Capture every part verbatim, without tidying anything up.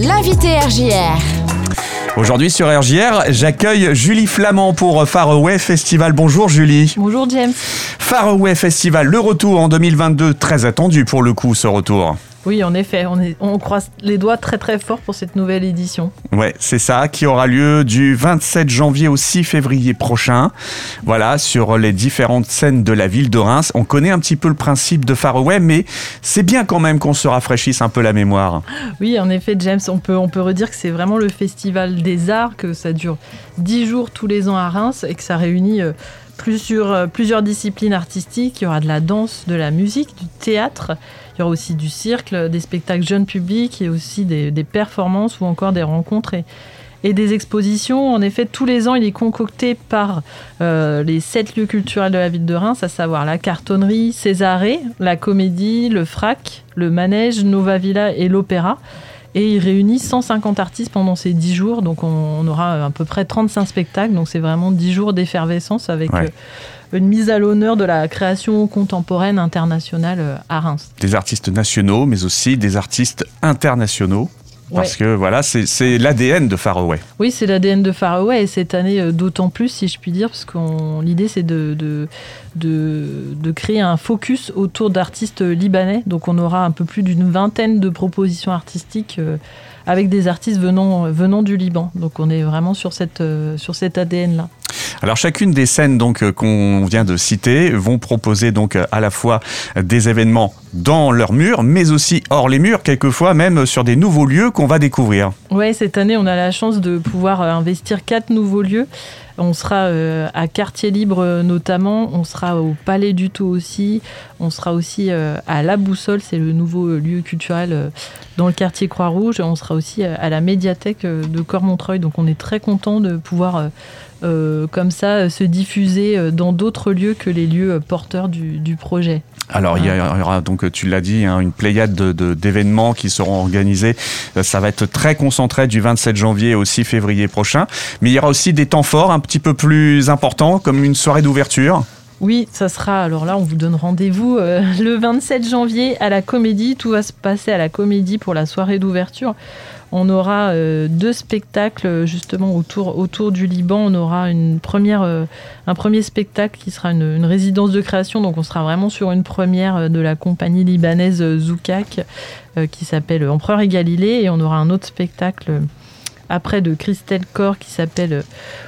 L'invité R J R. Aujourd'hui sur R J R, j'accueille Julie Flamand pour Faraway Festival. Bonjour Julie. Bonjour James. Faraway Festival, le retour en deux mille vingt-deux, très attendu pour le coup ce retour. Oui, en effet, on, est, on croise les doigts très très fort pour cette nouvelle édition. Ouais, c'est ça, qui aura lieu du vingt-sept janvier au six février prochain. Voilà, sur les différentes scènes de la ville de Reims. On connaît un petit peu le principe de Faraway, mais c'est bien quand même qu'on se rafraîchisse un peu la mémoire. Oui, en effet, James, on peut, on peut redire que c'est vraiment le festival des arts, que ça dure dix jours tous les ans à Reims et que ça réunit euh, plusieurs, plusieurs disciplines artistiques. Il y aura de la danse, de la musique, du théâtre. Il y aura aussi du cirque, des spectacles jeunes publics et aussi des, des performances ou encore des rencontres et, et des expositions. En effet, tous les ans, il est concocté par euh, les sept lieux culturels de la ville de Reims, à savoir la Cartonnerie, Césarée, la Comédie, le Frac, le Manège, Nova Villa et l'Opéra. Et il réunit cent cinquante artistes pendant ces dix jours. Donc, on, on aura à peu près trente-cinq spectacles. Donc, c'est vraiment dix jours d'effervescence avec... Ouais. Euh, une mise à l'honneur de la création contemporaine internationale à Reims. Des artistes nationaux, mais aussi des artistes internationaux. Parce ouais. que voilà, c'est, c'est l'A D N de Faraway. Oui, c'est l'A D N de Faraway et cette année d'autant plus, si je puis dire, parce que l'idée c'est de, de, de, de créer un focus autour d'artistes libanais. Donc on aura un peu plus d'une vingtaine de propositions artistiques euh, avec des artistes venant, venant du Liban. Donc on est vraiment sur, cette, euh, sur cet A D N-là. Alors chacune des scènes donc qu'on vient de citer vont proposer donc à la fois des événements dans leurs murs, mais aussi hors les murs, quelquefois même sur des nouveaux lieux qu'on va découvrir. Oui, cette année on a la chance de pouvoir investir quatre nouveaux lieux. On sera euh, à Quartier Libre notamment, on sera au Palais du Taux aussi, on sera aussi euh, à La Boussole, c'est le nouveau lieu culturel euh, dans le quartier Croix-Rouge, on sera aussi à la médiathèque de Cormontreuil, donc on est très content de pouvoir euh, euh, comme ça se diffuser dans d'autres lieux que les lieux porteurs du, du projet. Alors il y, y aura donc, tu l'as dit, hein, une pléiade de, de, d'événements qui seront organisés. Ça va être très concentré du vingt-sept janvier au six février prochain. Mais il y aura aussi des temps forts un petit peu plus importants, comme une soirée d'ouverture. Oui, ça sera, alors là on vous donne rendez-vous euh, le vingt-sept janvier à la Comédie. Tout va se passer à la Comédie pour la soirée d'ouverture. On aura euh, deux spectacles justement autour, autour du Liban. On aura une première, euh, un premier spectacle qui sera une, une résidence de création. Donc on sera vraiment sur une première de la compagnie libanaise Zoukak euh, qui s'appelle Empereur et Galilée. Et on aura un autre spectacle après de Christelle Corr qui s'appelle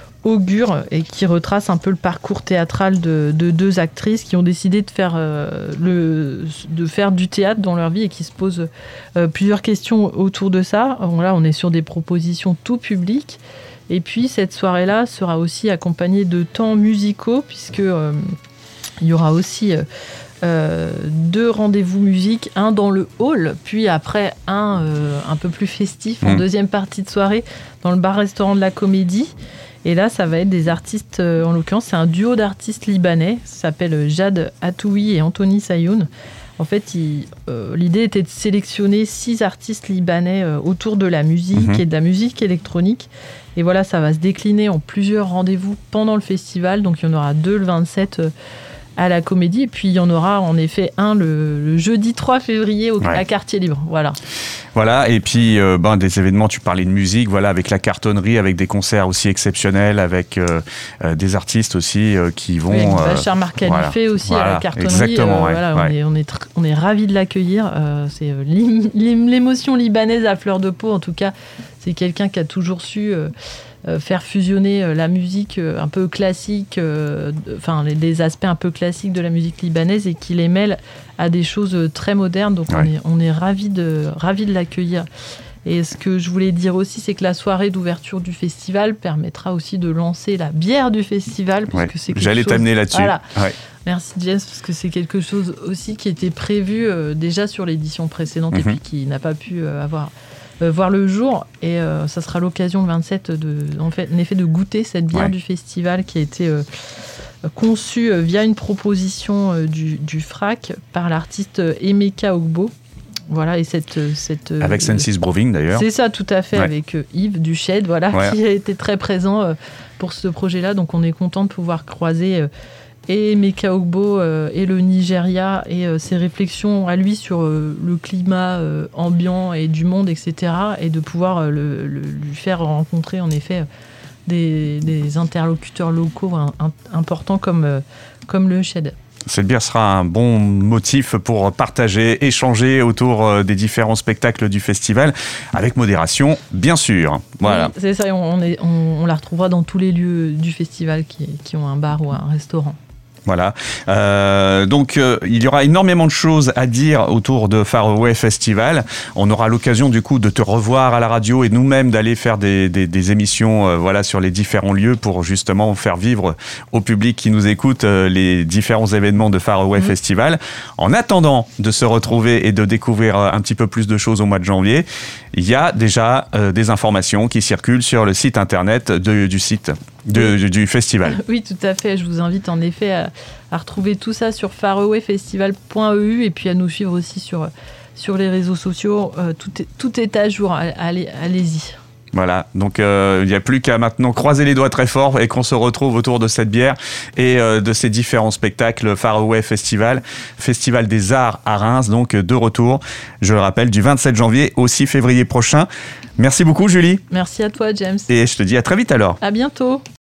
Augure et qui retrace un peu le parcours théâtral de, de deux actrices qui ont décidé de faire, euh, le, de faire du théâtre dans leur vie et qui se posent euh, plusieurs questions autour de ça. Alors là, on est sur des propositions tout public. Et puis, cette soirée-là sera aussi accompagnée de temps musicaux puisque euh, il y aura aussi... Euh, Euh, deux rendez-vous musique, un dans le hall, puis après un euh, un peu plus festif mmh. en deuxième partie de soirée dans le bar-restaurant de la Comédie. Et là, ça va être des artistes, euh, en l'occurrence, c'est un duo d'artistes libanais, ça s'appelle Jad Atoui et Anthony Sayoun. En fait, il, euh, l'idée était de sélectionner six artistes libanais euh, autour de la musique mmh. et de la musique électronique. Et voilà, ça va se décliner en plusieurs rendez-vous pendant le festival. Donc, il y en aura deux le vingt-sept euh, à la Comédie, et puis il y en aura en effet un le, le jeudi trois février au, ouais. à Quartier Libre. Voilà. Voilà, et puis euh, ben, des événements, tu parlais de musique, voilà, avec la Cartonnerie, avec des concerts aussi exceptionnels, avec euh, euh, des artistes aussi euh, qui vont... Oui, avec Bachar Marcalifé voilà. aussi voilà. à la Cartonnerie. Exactement, euh, ouais. voilà, ouais. On, est, on, est tr- on est ravis de l'accueillir. Euh, c'est euh, l'émotion libanaise à fleur de peau. En tout cas, c'est quelqu'un qui a toujours su... Euh, Euh, faire fusionner euh, la musique euh, un peu classique, euh, enfin les, les aspects un peu classiques de la musique libanaise et qui les mêle à des choses euh, très modernes. Donc ouais. on est, on est ravis de, ravis de l'accueillir. Et ce que je voulais dire aussi, c'est que la soirée d'ouverture du festival permettra aussi de lancer la bière du festival. Parce ouais. que c'est J'allais chose... t'amener là-dessus. Voilà. Ouais. Merci James, parce que c'est quelque chose aussi qui était prévu euh, déjà sur l'édition précédente mm-hmm. et puis qui n'a pas pu euh, avoir... Euh, voir le jour et euh, ça sera l'occasion le vingt-sept de, en fait, en effet de goûter cette bière ouais. du festival qui a été euh, conçue euh, via une proposition euh, du, du Frac par l'artiste Emeka Ogbo. Voilà, et cette, cette avec euh, Sensis Brewing d'ailleurs. C'est ça, tout à fait, ouais. avec euh, Yves Duchesne, voilà, ouais. qui a été très présent euh, pour ce projet-là. Donc on est content de pouvoir croiser euh, et Meka Ogbo euh, et le Nigeria et euh, ses réflexions à lui sur euh, le climat euh, ambiant et du monde, et cetera. Et de pouvoir euh, le, le, lui faire rencontrer en effet des, des interlocuteurs locaux hein, importants comme, euh, comme le Shed. Cette bière sera un bon motif pour partager, échanger autour des différents spectacles du festival, avec modération, bien sûr. Voilà. Oui, c'est ça, on, est, on, on la retrouvera dans tous les lieux du festival qui, qui ont un bar ou un restaurant. Voilà. Euh, donc, euh, il y aura énormément de choses à dire autour de Faroé Festival. On aura l'occasion, du coup, de te revoir à la radio et nous-mêmes d'aller faire des, des, des émissions euh, voilà, sur les différents lieux pour justement faire vivre au public qui nous écoute euh, les différents événements de Faroé mmh. Festival. En attendant de se retrouver et de découvrir euh, un petit peu plus de choses au mois de janvier, il y a déjà euh, des informations qui circulent sur le site internet de, du site de, oui. du festival. Oui, tout à fait. Je vous invite en effet à, à retrouver tout ça sur faroé festival point e u et puis à nous suivre aussi sur, sur les réseaux sociaux. Euh, tout, est, tout est à jour. Allez, allez-y. Voilà, donc euh, il n'y a plus qu'à maintenant croiser les doigts très fort et qu'on se retrouve autour de cette bière et euh, de ces différents spectacles Faroé Festival, Festival des Arts à Reims, donc de retour, je le rappelle, du vingt-sept janvier au six février prochain. Merci beaucoup Julie. Merci à toi James. Et je te dis à très vite alors. À bientôt.